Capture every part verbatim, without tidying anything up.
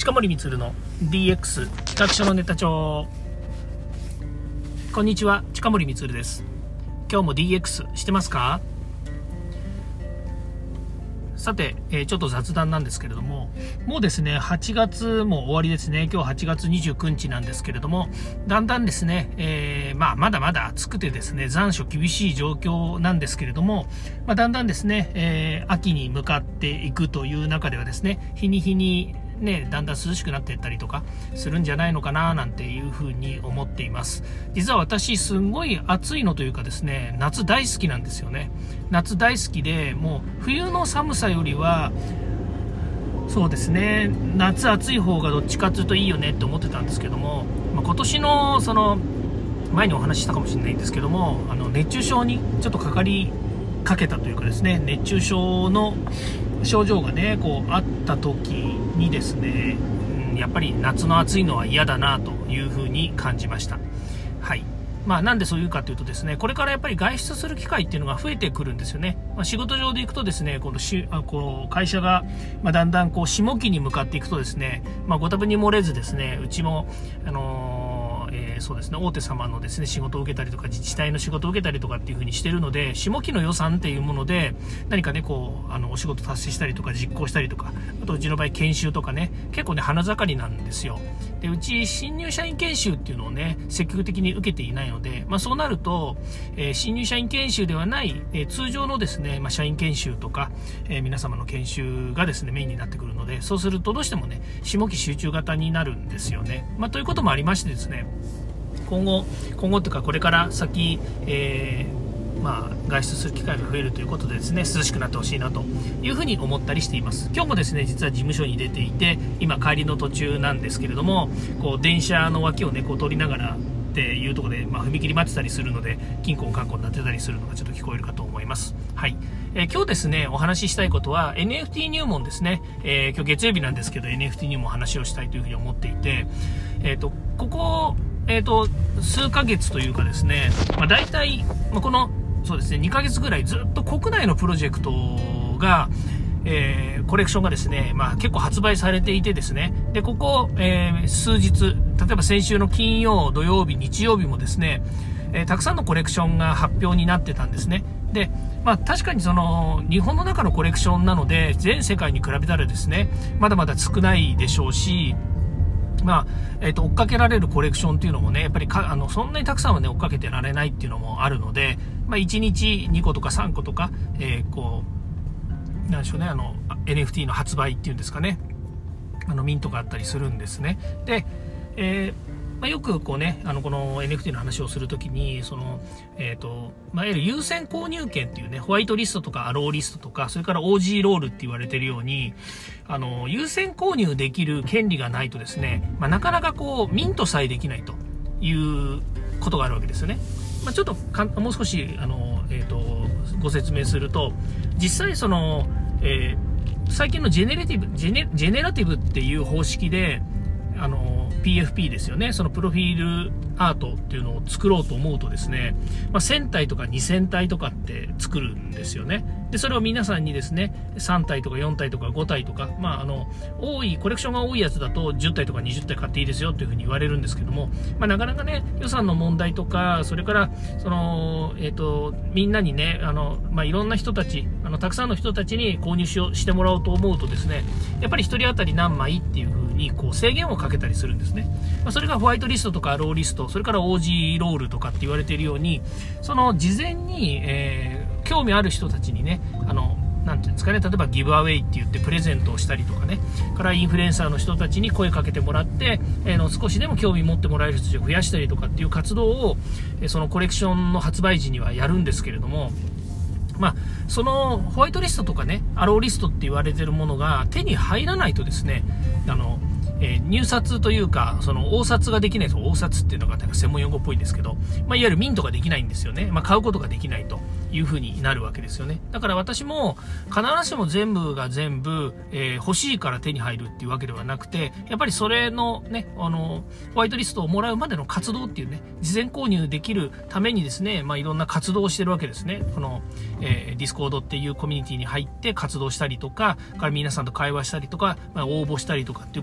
近森光の ディーエックス 企画書のネタ帳。こんにちは、近森光です。今日も ディーエックス してますか？さて、えー、ちょっと雑談なんですけれども、もうですねはちがつも終わりですね。今日はちがつにじゅうくにちなんですけれども、だんだんですね、えーまあ、まだまだ暑くてですね残暑厳しい状況なんですけれども、まあ、だんだんですね、えー、秋に向かっていくという中ではですね、日に日にね、だんだん涼しくなっていったりとかするんじゃないのかななんていうふうに思っています。実は私すんごい暑いのというかですね、夏大好きなんですよね。夏大好きで、もう冬の寒さよりはそうですね、夏暑い方がどっちかというといいよねって思ってたんですけども、まあ、今年のその前にお話ししたかもしれないんですけども、あの熱中症にちょっとかかりかけたというかですね、熱中症の症状がねこうあった時にですね、うん、やっぱり夏の暑いのは嫌だなというふうに感じました。はい。まあ、なんでそういうかというとですね、これからやっぱり外出する機会っていうのが増えてくるんですよね。まあ、仕事上で行くとですね、このしあこう会社が、まあ、だんだんこう下期に向かっていくとですね、まあ、ご多分に漏れずですね、うちもあのーえー、そうですね、大手様のですね仕事を受けたりとか自治体の仕事を受けたりとかっていう風にしてるので、下期の予算っていうもので何かねこうあのお仕事達成したりとか実行したりとか、あとうちの場合研修とかね、結構ね花盛りなんですよ。でうち新入社員研修っていうのをね積極的に受けていないので、まあ、そうなると、えー、新入社員研修ではない、えー、通常のですね、まあ、社員研修とか、えー、皆様の研修がですねメインになってくるので、そうするとどうしてもね下期集中型になるんですよね。まあ、ということもありましてですね、今後今後というかこれから先、えーまあ、外出する機会が増えるということでですね、涼しくなってほしいなというふうに思ったりしています。今日もですね実は事務所に出ていて、今帰りの途中なんですけれども、こう電車の脇をねこう通りながらっていうところで、まあ、踏切待ってたりするので、キンコンカンコン鳴ってたりするのがちょっと聞こえるかと思います。はい。えー、今日ですねお話ししたいことは エヌエフティー 入門ですね。えー、今日月曜日なんですけど エヌエフティー 入門話をしたいというふうに思っていて、えーとここえーと数ヶ月というかですね、まあ、大体、まあ、このそうですねにかげつぐらいずっと国内のプロジェクトが、えー、コレクションがですね、まあ、結構発売されていてですね、でここ、えー、数日、例えば先週の金曜、土曜日、日曜日もですね、えー、たくさんのコレクションが発表になってたんですね。で、まあ、確かにその日本の中のコレクションなので全世界に比べたらですねまだまだ少ないでしょうし、まあえー、と追っかけられるコレクションっていうのもねやっぱりかあのそんなにたくさんはね追っかけてられないっていうのもあるので、まあ、いちにちにことかさんことか、えー、こうなんでしょうね、あの エヌエフティー の発売っていうんですかね、あのミントがあったりするんですね。で、えーまあ、よくこうねあのこの エヌエフティー の話をするときにその、えーとまあ、いわゆる優先購入権っていうね、ホワイトリストとかアローリストとか、それから オージー ロールって言われてるように、あの優先購入できる権利がないとですね、まあ、なかなかこうミントさえできないということがあるわけですよね。まあ、ちょっとかもう少しあの、えーとご説明すると、実際その、えー、最近のジェネレティブジェネジェネラティブっていう方式であの ピーエフピー ですよね、そのプロフィールアートっていうのを作ろうと思うとですね、まあ、せんたいとかにせんたいとかって作るんですよね。でそれを皆さんにですねさんたいとかよんたいとかごたいとか、まあ、あの多いコレクションが多いやつだとじゅったいとかにじゅったい買っていいですよというふうに言われるんですけども、まあ、なかなかね予算の問題とか、それからその、えーと、みんなにねあの、まあ、いろんな人たちあのたくさんの人たちに購入しようしてもらおうと思うとですね、やっぱりひとり当たり何枚っていうふうにこう制限をかけたりするんですね。まあ、それがホワイトリストとかローリスト、それから オージー ロールとかって言われているように、その事前に、えー、興味ある人たちにねあのなんていうんですかね、例えばギブアウェイって言ってプレゼントをしたりとかね、からインフルエンサーの人たちに声かけてもらって、えー、の少しでも興味持ってもらえる人たちを増やしたりとかっていう活動を、えー、そのコレクションの発売時にはやるんですけれども、まあ、そのホワイトリストとかねアローリストって言われてるものが手に入らないとですね、あのえー、入札というかその応札ができないと、応札っていうのがなんか専門用語っぽいんですけど、まあ、いわゆるミントができないんですよね。まあ、買うことができないというふうになるわけですよね。だから私も必ずしも全部が全部、えー、欲しいから手に入るっていうわけではなくて、やっぱりそれのねあのホワイトリストをもらうまでの活動っていうね、事前購入できるためにですね、まあ、いろんな活動をしてるわけですね。この、えー、ディスコードっていうコミュニティに入って活動したりとか、から皆さんと会話したりとか、まあ、応募したりとかっていうことも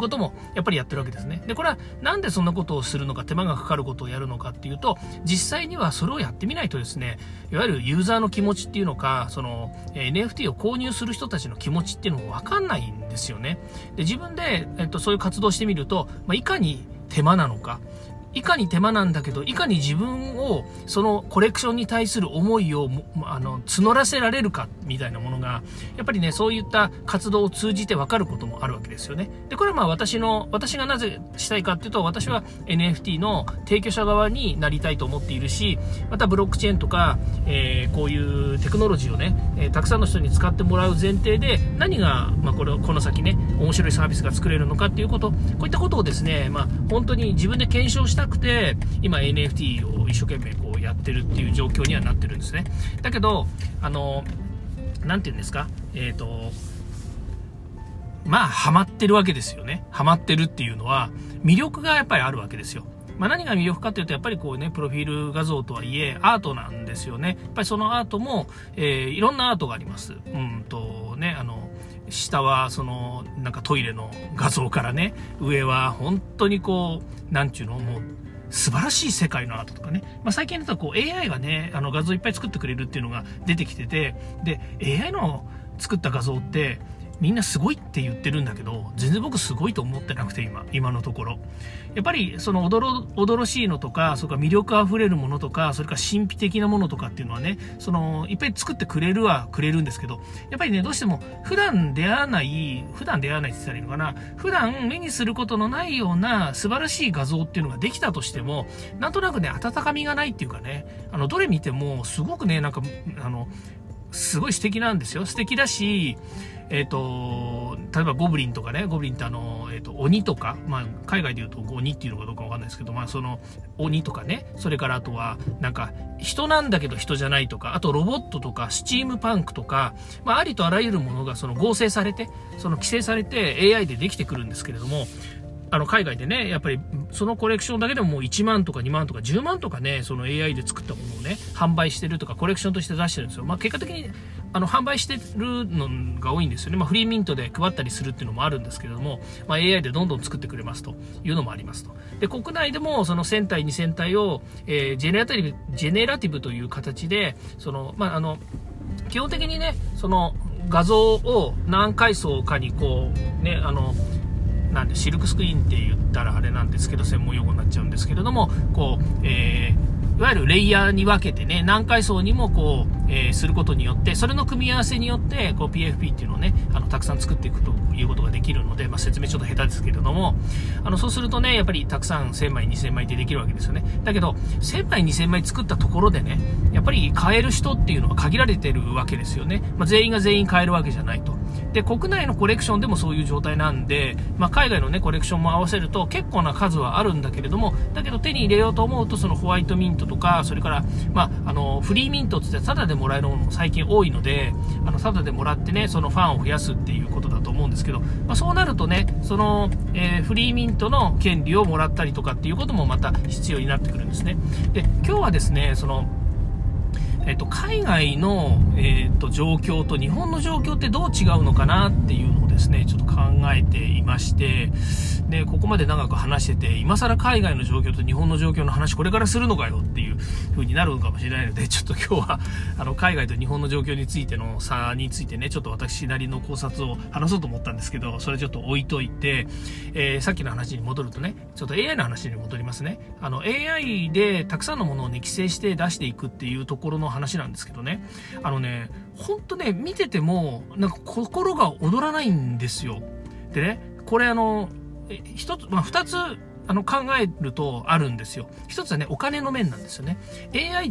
やっぱりやってるわけですね。でこれはなんでそんなことをするのか、手間がかかることをやるのかっていうと、実際にはそれをやってみないとですね、いわゆるユーザーの気持ちっていうのか、その エヌエフティー を購入する人たちの気持ちっていうのも分かんないんですよね。で自分で、えっと、そういう活動してみると、まあ、いかに手間なのか、いかに手間なんだけど、いかに自分をそのコレクションに対する思いをあの募らせられるかみたいなものが、やっぱりね、そういった活動を通じて分かることもあるわけですよね。でこれはまあ私の私がなぜしたいかっていうと、私は エヌエフティー の提供者側になりたいと思っているし、またブロックチェーンとか、えー、こういうテクノロジーをね、えー、たくさんの人に使ってもらう前提で、何が、まあ、これこの先ね、面白いサービスが作れるのかっていうこと、こういったことをですね、まあ、本当に自分で検証したくて今 エヌエフティー を一生懸命こうやってるっていう状況にはなってるんですね。だけどあのなんていうんですか、えっとまあハマってるわけですよね。ハマってるっていうのは魅力がやっぱりあるわけですよ。まあ、何が魅力かというと、やっぱりこうね、プロフィール画像とはいえアートなんですよね。やっぱりそのアートも、えー、いろんなアートがあります。うんとね、あの下はそのなんかトイレの画像からね、上は本当にこうなんちゅうの、もう素晴らしい世界のアートとかね、まあ、最近だとこう エーアイ がね、あの画像いっぱい作ってくれるっていうのが出てきてて、で エーアイ の作った画像ってみんなすごいって言ってるんだけど、全然僕すごいと思ってなくて、今今のところやっぱりその驚驚しいのとか、それから魅力あふれるものとか、それから神秘的なものとかっていうのはね、そのいっぱい作ってくれるはくれるんですけど、やっぱりね、どうしても普段出会わない普段出会わないって言ったらいいのかな、普段目にすることのないような素晴らしい画像っていうのができたとしても、なんとなくね、温かみがないっていうかね、あのどれ見てもすごくね、なんかあのすごい素敵なんですよ。素敵だし、えーと、例えばゴブリンとかね、ゴブリンってあの、えーと、鬼とか、まあ、海外でいうと鬼っていうのかどうかわかんないですけど、まあ、その鬼とかね、それからあとはなんか人なんだけど人じゃないとか、あとロボットとかスチームパンクとか、まあ、ありとあらゆるものがその合成されて、その規制されて エーアイ でできてくるんですけれども、あの海外でね、やっぱりそのコレクションだけでももういちまんとかにまんとかじゅうまんとかね、その エーアイ で作ったものをね、販売してるとかコレクションとして出してるんですよ。まあ、結果的にあの販売してるのが多いんですよね。まあ、フリーミントで配ったりするっていうのもあるんですけれども、まあ、エーアイ でどんどん作ってくれますというのもありますと。で国内でもそのせん体にせん体を、えー、ジェネラティブジェネラティブという形で、そのまああの基本的にね、その画像を何階層かにこうね、あのなんでシルクスクリーンって言ったらあれなんですけど、専門用語になっちゃうんですけれども、こう、えー、いわゆるレイヤーに分けてね、何階層にもこう、えー、することによって、それの組み合わせによってこう ピーエフピー っていうのをね、あのたくさん作っていくということができるので、まあ、説明ちょっと下手ですけれども、あのそうするとね、やっぱりたくさんせんまいにせんまいってできるわけですよね。だけどせんまいにせんまい作ったところでね、やっぱり買える人っていうのは限られてるわけですよね。まあ、全員が全員買えるわけじゃないと。で国内のコレクションでもそういう状態なんで、まあ、海外のねコレクションも合わせると結構な数はあるんだけれども、だけど手に入れようと思うと、そのホワイトミントとか、それから、まあ、あのフリーミントって言ってタダでもらえるものも最近多いので、あのタダでもらってね、そのファンを増やすっていうことだと思うんですけど、まあ、そうなるとね、その、えー、フリーミントの権利をもらったりとかっていうこともまた必要になってくるんですね。で今日はですね、そのえっと、海外の、えっと、状況と日本の状況ってどう違うのかなっていうのをですね、ちょっと考えていまして、でここまで長く話してて、今更海外の状況と日本の状況の話これからするのかよっていう風になるのかもしれないので、ちょっと今日はあの海外と日本の状況についての差についてね、ちょっと私なりの考察を話そうと思ったんですけど、それちょっと置いといて、えー、さっきの話に戻るとね、ちょっと エーアイ の話に戻りますね。あの エーアイ でたくさんのものを、ね、規制して出していくっていうところの話なんですけどね、あのね、ほんとね、見ててもなんか心が躍らないんですよ。でね、これあの一つ、まあ、二つあの考えるとあるんですよ。一つはね、お金の面なんですよね。 エーアイ って、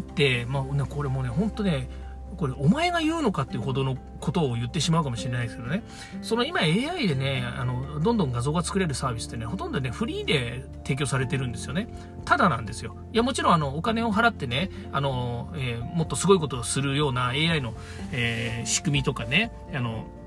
まあね、これもね、ほんとね、これお前が言うのかっていうほどのことを言ってしまうかもしれないですけどね、その今 エーアイ でね、あのどんどん画像が作れるサービスってね、ほとんどねフリーで提供されてるんですよね。ただなんですよ。いやもちろんあのお金を払ってね、あの、えー、もっとすごいことをするような エーアイ の、えー、仕組みとかね、あの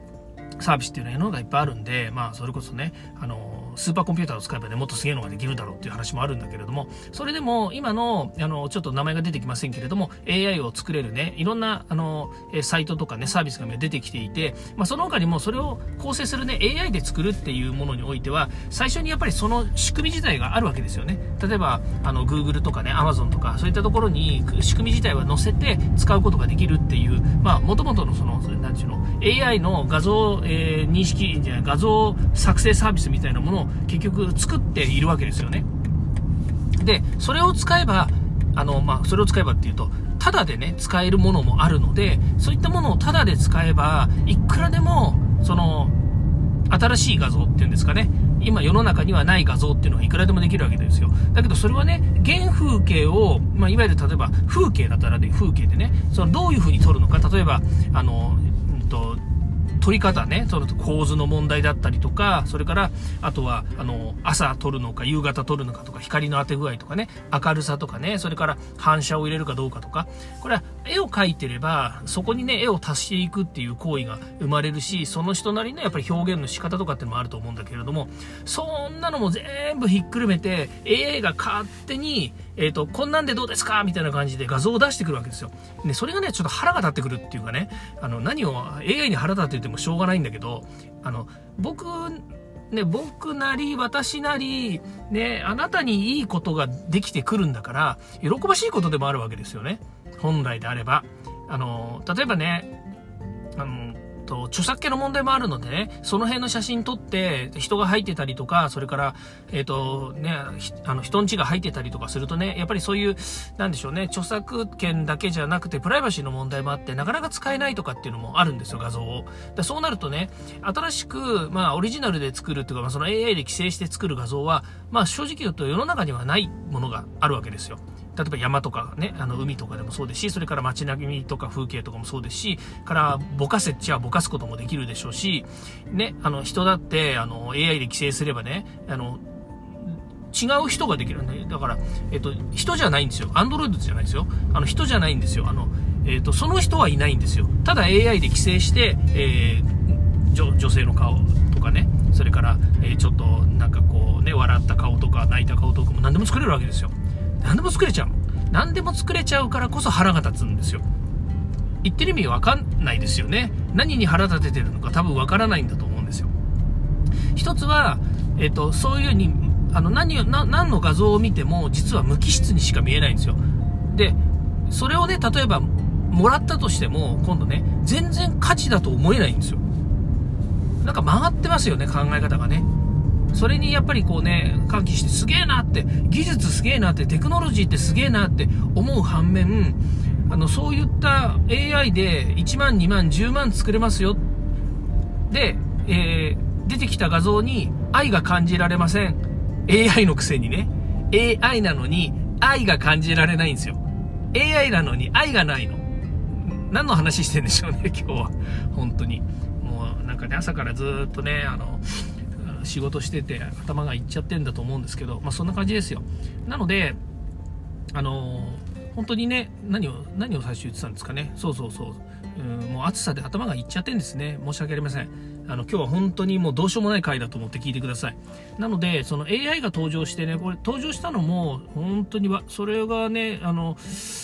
サービスっていうのは世の中いっぱいあるんで、まあそれこそね、あのスーパーコンピューターを使えばね、もっとすげえのができるだろうっていう話もあるんだけれども、それでも今のあのちょっと名前が出てきませんけれども、 エーアイ を作れるね、いろんなあのサイトとかね、サービスが出てきていて、まあ、その他にもそれを構成するね エーアイ で作るっていうものにおいては、最初にやっぱりその仕組み自体があるわけですよね。例えばあの Google とかね、 Amazon とかそういったところに仕組み自体は載せて使うことができるっていう、まあ元々のその何ていうの エーアイ の画像、えー、認識じゃない画像作成サービスみたいなものを結局作っているわけですよね。でそれを使えばあの、まあ、それを使えばっていうとタダでね使えるものもあるので、そういったものをタダで使えばいくらでもその新しい画像っていうんですかね、今世の中にはない画像っていうのがいくらでもできるわけですよ。だけどそれはね、原風景を、まあ、いわゆる例えば風景だったらね、風景でね、そのどういう風に撮るのか、例えばあの、うんと撮り方ね、その構図の問題だったりとか、それからあとはあの朝撮るのか夕方撮るのかとか、光の当て具合とかね、明るさとかね、それから反射を入れるかどうかとか、これは絵を描いてればそこにね絵を足していくっていう行為が生まれるし、その人なりのやっぱり表現の仕方とかっていうのもあると思うんだけれども、そんなのも全部ひっくるめて エーアイ が勝手にえーと、こんなんでどうですかみたいな感じで画像を出してくるわけですよ。で、それがね、ちょっと腹が立ってくるっていうかね、あの、何を エーアイ に腹立っててもしょうがないんだけど、あの、僕、ね、僕なり、私なり、ね、あなたにいいことができてくるんだから、喜ばしいことでもあるわけですよね。本来であれば。あの、例えばね、あの、と著作権の問題もあるのでね、その辺の写真撮って人が入ってたりとか、それからえっとね、あの人ん家が入ってたりとかするとね、やっぱりそういうなんでしょうね、著作権だけじゃなくてプライバシーの問題もあって、なかなか使えないとかっていうのもあるんですよ、画像を。だそうなるとね、新しくまあオリジナルで作るっていうか、まあ、その エーアイ で規制して作る画像は、まあ正直言うと世の中にはないものがあるわけですよ。例えば山とかね、あの海とかでもそうですし、それから街並みとか風景とかもそうですし、からぼかせっちゃぼかすこともできるでしょうし、ね、あの人だってあの エーアイ で規制すればね、あの違う人ができるね。だから、えっと、人じゃないんですよ。アンドロイドじゃないですよ。あの人じゃないんですよ。あの、えっと、その人はいないんですよ。ただ エーアイ で規制して、えー、女, 女性の顔とかね、それから、えー、ちょっとなんかこうね、笑った顔とか泣いた顔とかも何でも作れるわけですよ。何でも作れちゃう。何でも作れちゃうからこそ腹が立つんですよ。言ってる意味わかんないですよね。何に腹立ててるのか多分わからないんだと思うんですよ。一つは、えっと、そういうように、あの、何を、な、何の画像を見ても実は無機質にしか見えないんですよ。で、それをね、例えば、もらったとしても、今度ね、全然価値だと思えないんですよ。なんか曲がってますよね、考え方がね。それにやっぱりこうね、歓喜してすげえなって、技術すげえなって、テクノロジーってすげえなって思う反面、あの、そういった エーアイ でいちまん、にまん、じゅうまん作れますよ。で、えー、出てきた画像に愛が感じられません。エーアイ のくせにね。エーアイ なのに愛が感じられないんですよ。エーアイ なのに愛がないの。何の話してんでしょうね、今日は。本当に。もうなんかね、朝からずーっとね、あの、仕事してて頭がいっちゃってんだと思うんですけど、まあそんな感じですよ。なので、あのー、本当にね、何を、何を最初言ってたんですかね。そうそうそう。うん、もう暑さで頭がいっちゃってんですね。申し訳ありません。あの、今日は本当にもうどうしようもない回だと思って聞いてください。なので、その エーアイ が登場してね、これ登場したのも、本当にわ、それがね、あの、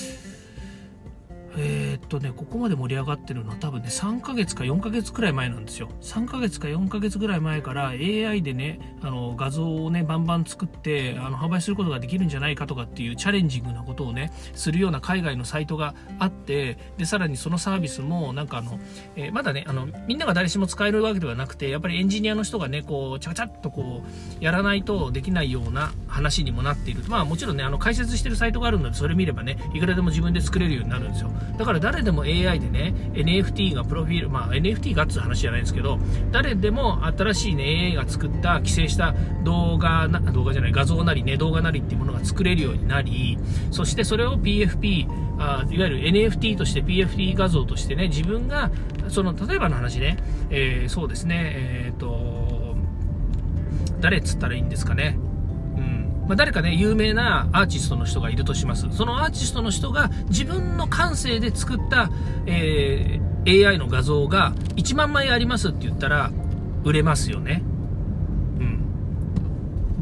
えーっとね、ここまで盛り上がってるのは多分ね、さんかげつかよんかげつくらい前なんですよ。さんかげつかよんかげつぐらい前から エーアイ でね、あの画像をね、バンバン作って、あの販売することができるんじゃないかとかっていうチャレンジングなことをね、するような海外のサイトがあって、で、さらにそのサービスも、なんかあの、えー、まだね、あの、みんなが誰しも使えるわけではなくて、やっぱりエンジニアの人がね、こう、ちゃちゃっとこう、やらないとできないような話にもなっている。まあもちろんね、あの、解説してるサイトがあるので、それ見ればね、いくらでも自分で作れるようになるんですよ。だから誰でも エーアイ でね、エヌエフティー がプロフィール、まあ エヌエフティー がっていう話じゃないんですけど、誰でも新しいね、エーアイ が作った規制した動画な、動画じゃない、画像なりね、動画なりっていうものが作れるようになり、そしてそれを ピーエフピー、あいわゆる エヌエフティー として ピーエフティー 画像としてね、自分が、その、例えばの話ね、えー、そうですね、えっと、誰っつったらいいんですかね。まあ、誰かね、有名なアーティストの人がいるとします。そのアーティストの人が自分の感性で作った、えー、 エーアイ の画像がいちまんまいありますって言ったら売れますよね。うん。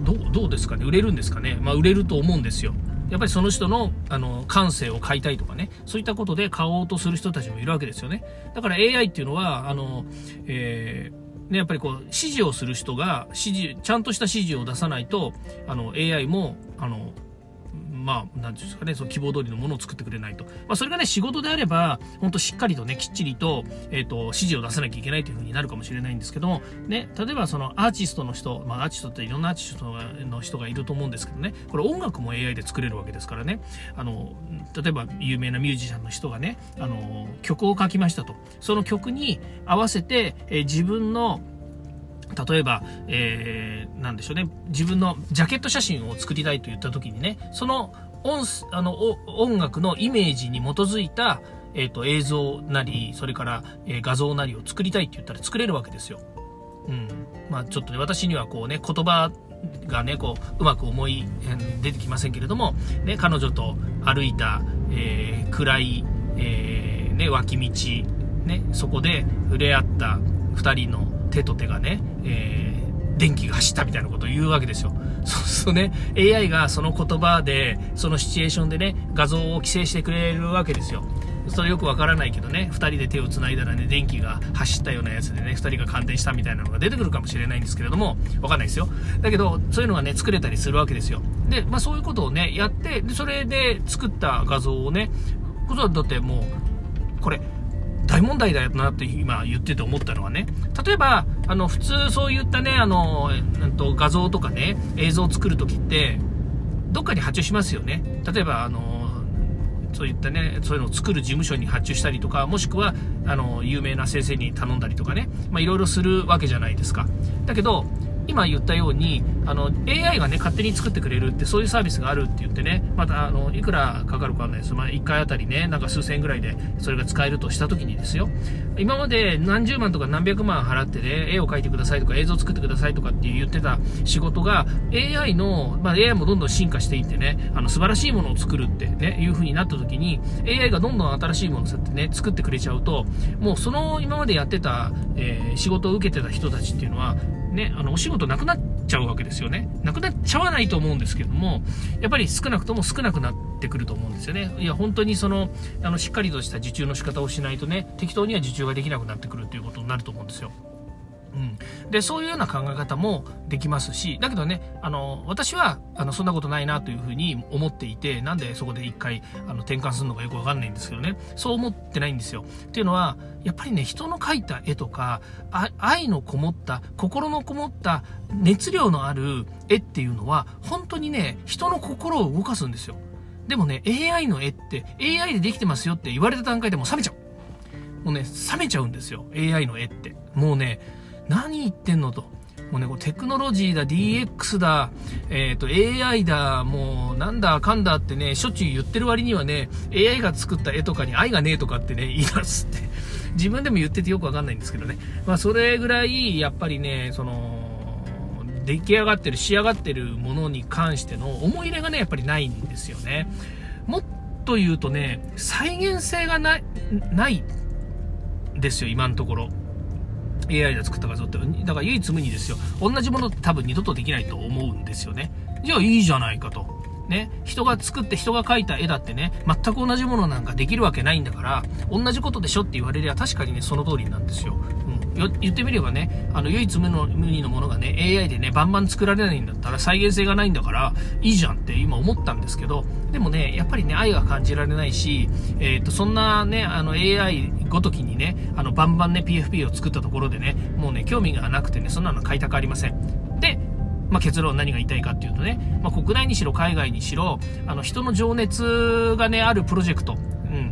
どう、どうですかね。売れるんですかね。まあ売れると思うんですよ。やっぱりその人の、あの、感性を買いたいとかね、そういったことで買おうとする人たちもいるわけですよね。だから エーアイ っていうのは、あの、えー、ね、やっぱりこう、指示をする人が、指示、ちゃんとした指示を出さないと、あの、エーアイ も、あの、まあ、なんていうんですかね、その希望通りのものを作ってくれないと。まあ、それがね、仕事であれば、本当しっかりとね、きっちりと、えっと、指示を出さなきゃいけないというふうになるかもしれないんですけども、ね、例えばそのアーティストの人、まあ、アーティストっていろんなアーティストの人がいると思うんですけどね、これ音楽も エーアイ で作れるわけですからね、あの、例えば有名なミュージシャンの人がね、あの、曲を書きましたと。その曲に合わせて、えー、自分の例えば、えー、なんでしょうね、自分のジャケット写真を作りたいと言った時にね、その 音, あの音楽のイメージに基づいた、えー、と映像なり、それから、えー、画像なりを作りたいって言ったら作れるわけですよ。うん。まあちょっとね、私にはこうね、言葉がね、こう、うまく思い、出てきませんけれども、ね、彼女と歩いた、えー、暗い、えー、ね、脇道、ね、そこで触れ合った二人の手と手がね、えー、電気が走ったみたいなことを言うわけですよ。そうするとね、エーアイ がその言葉で、そのシチュエーションでね、画像を規制してくれるわけですよ。それよくわからないけどね、二人で手を繋いだらね、電気が走ったようなやつでね、二人が感電したみたいなのが出てくるかもしれないんですけれども、わかんないですよ。だけど、そういうのがね、作れたりするわけですよ。で、まあそういうことをね、やって、でそれで作った画像をね、これはだってもう、これ、大問題だよなって今言ってて思ったのはね、例えばあの普通そういったね、あの、えっと、画像とかね、映像を作るときってどっかに発注しますよね。例えばあのそういったね、そういうのを作る事務所に発注したりとか、もしくはあの有名な先生に頼んだりとかね、まあいろいろするわけじゃないですか。だけど今言ったようにあの エーアイ がね勝手に作ってくれるって、そういうサービスがあるって言ってね、またあのいくらかかるかわかんないです。まあ、いっかいあたりね、なんか数千円ぐらいでそれが使えるとした時にですよ、今まで何十万とか何百万払ってね、絵を描いてくださいとか映像を作ってくださいとかって言ってた仕事が エーアイ の、まあ、エーアイ もどんどん進化していってね、あの素晴らしいものを作るってねいう風になった時に エーアイ がどんどん新しいものをそうやってね作ってくれちゃうと、もうその今までやってた、えー、仕事を受けてた人たちっていうのはね、あのお仕事なくなっちゃうわけですよね。なくなっちゃわないと思うんですけども、やっぱり少なくとも少なくなってくると思うんですよね。いや本当にそのあのしっかりとした受注の仕方をしないとね、適当には受注ができなくなってくるということになると思うんですよ。うん、でそういうような考え方もできますし、だけどね、あの私はあのそんなことないなというふうに思っていて、なんでそこで一回あの転換するのかよくわかんないんですけどね、そう思ってないんですよ。っていうのはやっぱりね、人の描いた絵とか愛のこもった心のこもった熱量のある絵っていうのは本当にね、人の心を動かすんですよ。でもね、 エーアイ の絵って エーアイ でできてますよって言われた段階でもう冷めちゃう。もうね、冷めちゃうんですよ エーアイ の絵って。もうね、何言ってんのと。もうね、こうテクノロジーだ、ディーエックス だ、えっと、エーアイ だ、もう、なんだかんだってね、しょっちゅう言ってる割にはね、エーアイ が作った絵とかに愛がねえとかってね、言い出すって。自分でも言っててよくわかんないんですけどね。まあ、それぐらい、やっぱりね、その、出来上がってる、仕上がってるものに関しての思い入れがね、やっぱりないんですよね。もっと言うとね、再現性がない、ないですよ、今のところ。エーアイ で作った画像って。だから唯一無二ですよ。同じものって多分二度とできないと思うんですよね。じゃあいいじゃないかと。ね。人が作って人が描いた絵だってね、全く同じものなんかできるわけないんだから、同じことでしょって言われりゃ確かにね、その通りなんですよ。うん。言ってみればね、あの、唯一無二のものがね、エーアイ でね、バンバン作られないんだったら再現性がないんだから、いいじゃんって今思ったんですけど、でもね、やっぱりね、愛が感じられないし、えっと、そんなね、あの エーアイ ごときにね、あの、バンバンね、ピーエフピー を作ったところでね、もうね、興味がなくてね、そんなの買いたくありません。で、まあ、結論何が言いたいかっていうとね、まあ、国内にしろ海外にしろ、あの、人の情熱がね、あるプロジェクト、うん、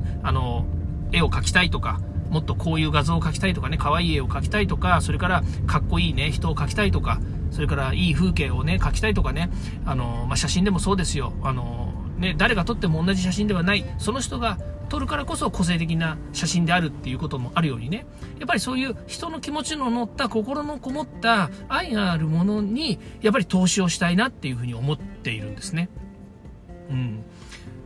あの、絵を描きたいとか、もっとこういう画像を描きたいとかね、可愛い絵を描きたいとか、それからかっこいいね、人を描きたいとか、それからいい風景をね、描きたいとかね、あの、まあ、写真でもそうですよ。あの、ね、誰が撮っても同じ写真ではない、その人が撮るからこそ個性的な写真であるっていうこともあるようにね、やっぱりそういう人の気持ちの乗った心のこもった愛があるものにやっぱり投資をしたいなっていうふうに思っているんですね。うん。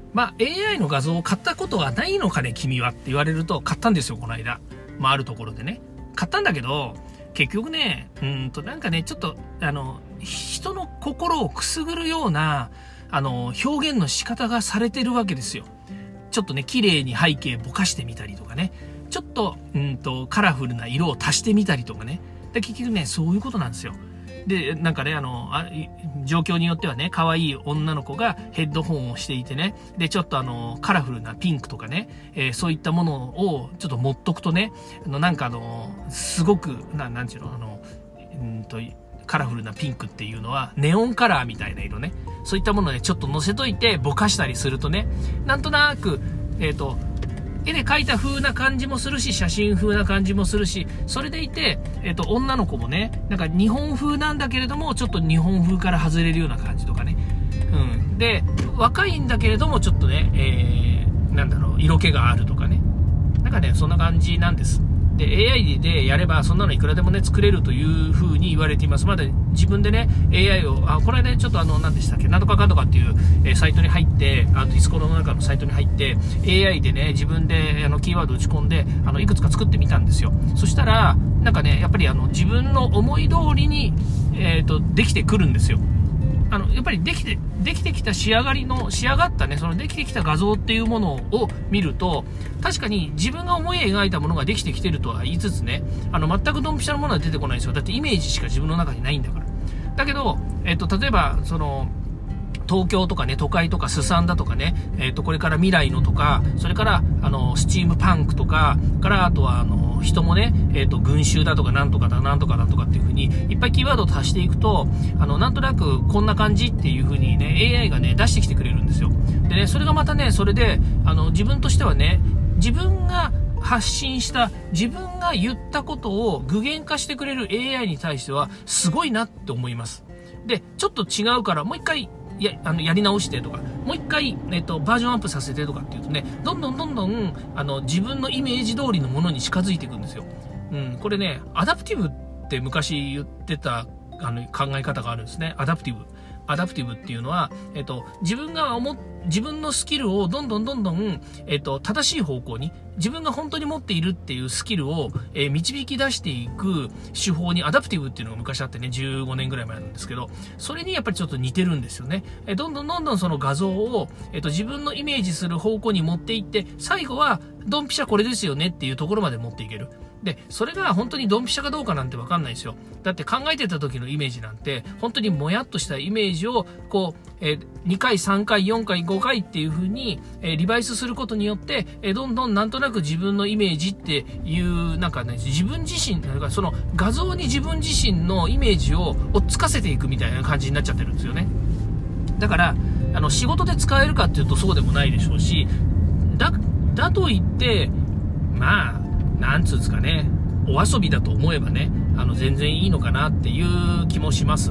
まあ、エーアイ の画像を買ったことはないのかね君はって言われると、買ったんですよこの間。まあ、あるところでね買ったんだけど、結局ねうんとなんかねちょっとあの人の心をくすぐるようなあの表現の仕方がされてるわけですよ。ちょっとね綺麗に背景ぼかしてみたりとかね、ちょっとうんとカラフルな色を足してみたりとかね。で結局ねそういうことなんですよ。でなんかねあのあ状況によってはね可愛い女の子がヘッドホンをしていてね、でちょっとあのカラフルなピンクとかね、えー、そういったものをちょっと持っとくとね、あのなんかあのすごくななんていうのあのうんとカラフルなピンクっていうのはネオンカラーみたいな色ね、そういったものをねちょっと乗せといてぼかしたりするとね、なんとなくえっと絵で描いた風な感じもするし、写真風な感じもするし、それでいて、えっと、女の子もね、なんか日本風なんだけれども、ちょっと日本風から外れるような感じとかね。うん。で、若いんだけれども、ちょっとね、えー、なんだろう、色気があるとかね。なんかね、そんな感じなんです。で、エーアイ でやれば、そんなのいくらでもね、作れるという風に言われています。まだ自分でね、エーアイ を、あ、これね、ちょっとあの、何でしたっけ、なんとかかんとかっていう、えー、サイトに入って、あの、ディスコードの中のサイトに入って、エーアイ でね、自分で、あの、キーワード打ち込んで、あの、いくつか作ってみたんですよ。そしたら、なんかね、やっぱりあの、自分の思い通りに、えっと、できてくるんですよ。あのやっぱりできてできてきた仕上がりの仕上がったねそのできてきた画像っていうものを見ると、確かに自分が思い描いたものができてきてるとは言いつつね、あの全くドンピシャのものは出てこないんですよ。だってイメージしか自分の中にないんだから。だけど、えっと、例えばその東京とかね、都会とかすさんだとかね、えっと、これから未来のとか、それから、あの、スチームパンクとか、から、あとは、あの、人もね、えっと、群衆だとか、なんとかだ、なんとかだとかっていう風に、いっぱいキーワードを足していくと、あの、なんとなく、こんな感じっていう風にね、エーアイ がね、出してきてくれるんですよ。でね、それがまたね、それで、あの、自分としてはね、自分が発信した、自分が言ったことを具現化してくれる エーアイ に対しては、すごいなって思います。で、ちょっと違うから、もう一回、や, あのやり直してとか、もう一回、えっと、バージョンアップさせてとかっていうとね、どんどんどんどんあの自分のイメージ通りのものに近づいていくんですよ。うん、これね、アダプティブって昔言ってたあの考え方があるんですね。アダプティブ。アダプティブっていうのは、えっと、自分が思っ自分のスキルをどんどんどんどん、えっと、正しい方向に、自分が本当に持っているっていうスキルを、えー、導き出していく手法にアダプティブっていうのが昔あってね、じゅうごねんぐらい前なんですけど、それにやっぱりちょっと似てるんですよね。えー、どんどんどんどんその画像を、えっと、自分のイメージする方向に持っていって、最後は、ドンピシャこれですよねっていうところまで持っていける。で、それが本当にドンピシャかどうかなんてわかんないですよ。だって考えてた時のイメージなんて、本当にもやっとしたイメージを、こう、えー、にかい、さんかい、よんかい、ごかいっていう風に、えー、リバイスすることによって、えー、どんどんなんとなく自分のイメージっていう、なんかね、自分自身、その画像に自分自身のイメージを追っつかせていくみたいな感じになっちゃってるんですよね。だから、あの、仕事で使えるかっていうとそうでもないでしょうし、だ、だと言って、まあ、なんつうんですかね、お遊びだと思えばね、あの全然いいのかなっていう気もします。うん。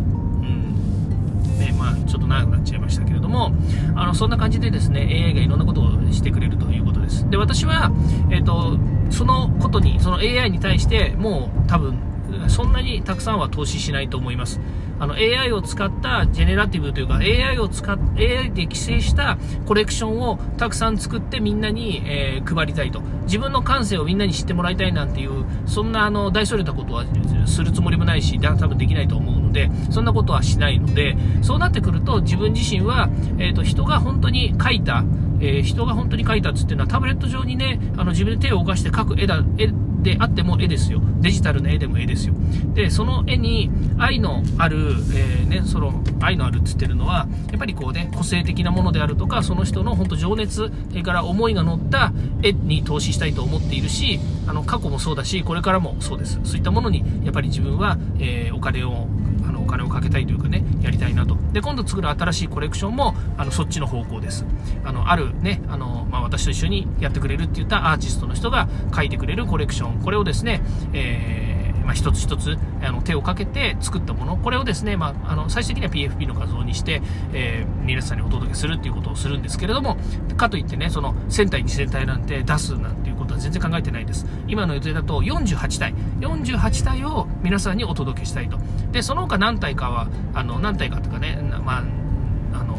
ね、まあちょっと長くなっちゃいましたけれども、あのそんな感じでですね、エーアイ がいろんなことをしてくれるということです。で、私はえっとそのことに、その エーアイ に対してもう多分そんなにたくさんは投資しないと思います。あの エーアイ を使ったジェネラティブというか エーアイ を使っ エーアイ で規制したコレクションをたくさん作ってみんなに、えー、配りたいと、自分の感性をみんなに知ってもらいたいなんていう、そんなあの大それたことはするつもりもないし、多分できないと思うので、そんなことはしないので、そうなってくると自分自身は、えーと、人が本当に描いた、えー、人が本当に描いたっつっていうのはタブレット上にね、あの自分で手を動かして描く絵だ絵であっても絵ですよ。デジタルの絵でも絵ですよ。で、その絵に愛のある、えー、ね、その愛のあるって言ってるのは、やっぱりこうね、個性的なものであるとか、その人の本当情熱、それから思いが乗った絵に投資したいと思っているし、あの過去もそうだし、これからもそうです。そういったものにやっぱり自分は、えー、お金をあのお金をかけたいというかね、やりたいなと。で、今度作る新しいコレクションもあのそっちの方向です。あのあるね、あのまあ、私と一緒にやってくれるって言ったアーティストの人が描いてくれるコレクション、これをですね、えーまあ、一つ一つあの手をかけて作ったもの、これをですね、まあ、あの最終的には ピーエフピー の画像にして、えー、皆さんにお届けするっていうことをするんですけれども、かといってね、そのせんたいにせんたいなんて出すなんていうことは全然考えてないです。今の予定だとよんじゅうはちたいよんじゅうはちたいを皆さんにお届けしたいと。で、その他何体かはあの何体かとかね、まああの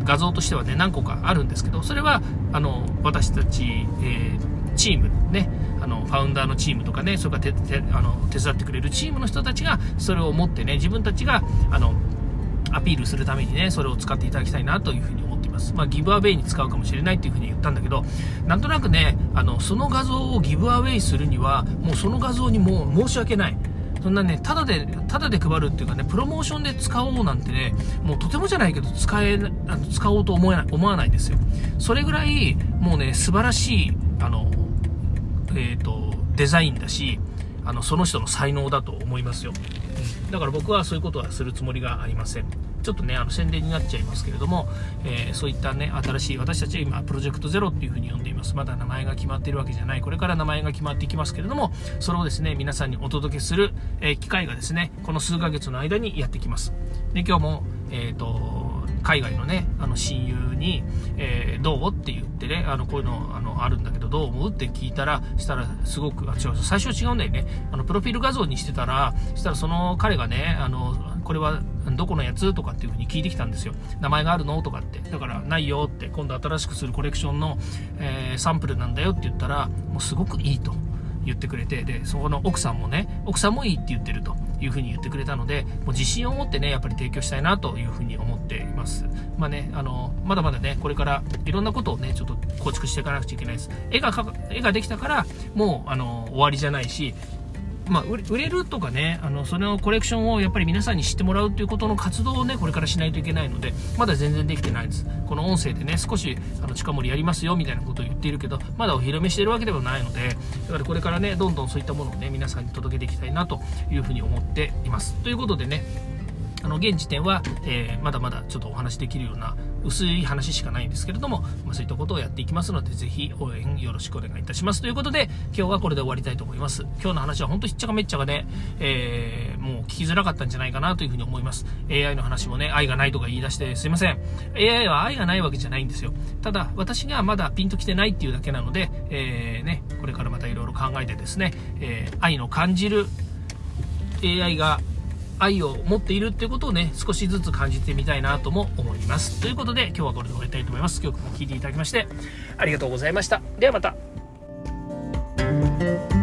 画像としてはね何個かあるんですけど、それはあの私たち、えー、チームね、あのファウンダーのチームとかね、それからててあの手伝ってくれるチームの人たちがそれを持ってね、自分たちがあのアピールするためにねそれを使っていただきたいなというふうに思っています。まあ、ギブアウェイに使うかもしれないというふうに言ったんだけど、なんとなくねあのその画像をギブアウェイするにはもうその画像にもう申し訳ない、そんなねただでただで配るっていうかね、プロモーションで使おうなんてね、もうとてもじゃないけど使えあの使おうと思えない思わないですよ。それぐらいもうね素晴らしいあのえーとデザインだし、あのその人の才能だと思いますよ。だから僕はそういうことはするつもりがありません。ちょっとねあの宣伝になっちゃいますけれども、えー、そういったね新しい、私たちは今プロジェクトゼロっていうふうに呼んでいます。まだ名前が決まっているわけじゃない、これから名前が決まっていきますけれども、それをですね皆さんにお届けする、えー、機会がですねこの数ヶ月の間にやってきます。で今日もえっと海外のねあの親友に、えー、どうって言ってね、あのこういうの あのあるんだけどどう思うって聞いたら、したらすごくあ違う最初は違うんだよね。あのプロフィール画像にしてたら、したらその彼がねあのこれはどこのやつとかっていう風に聞いてきたんですよ。名前があるのとかって。だからないよって、今度新しくするコレクションの、えー、サンプルなんだよって言ったら、もうすごくいいと言ってくれて、でそこの奥さんもね奥さんもいいって言ってるという風に言ってくれたので、もう自信を持ってねやっぱり提供したいなという風に思っています。まあねあのまだまだねこれからいろんなことをねちょっと構築していかなくちゃいけないです。絵が絵ができたからもうあの終わりじゃないし、まあ、売れるとかね、あのそのコレクションをやっぱり皆さんに知ってもらうということの活動をねこれからしないといけないので、まだ全然できてないです。この音声でね少しあの近森やりますよみたいなことを言っているけど、まだお披露目しているわけではないので、だからこれからねどんどんそういったものをね皆さんに届けていきたいなというふうに思っています。ということでね、あの現時点は、えー、まだまだちょっとお話できるような薄い話しかないんですけれども、まあ、そういったことをやっていきますので、ぜひ応援よろしくお願いいたします。ということで今日はこれで終わりたいと思います。今日の話は本当ひっちゃかめっちゃかね、えー、もう聞きづらかったんじゃないかなというふうに思います。 エーアイ の話もね愛がないとか言い出してすいません。 エーアイ は愛がないわけじゃないんですよ。ただ私がまだピンときてないっていうだけなので、えーね、これからまたいろいろ考えてですね、えー、愛の感じる エーアイ が愛を持っているっていうことをね少しずつ感じてみたいなとも思います。ということで今日はこれで終わりたいと思います。今日も聞いていただきましてありがとうございました。ではまた。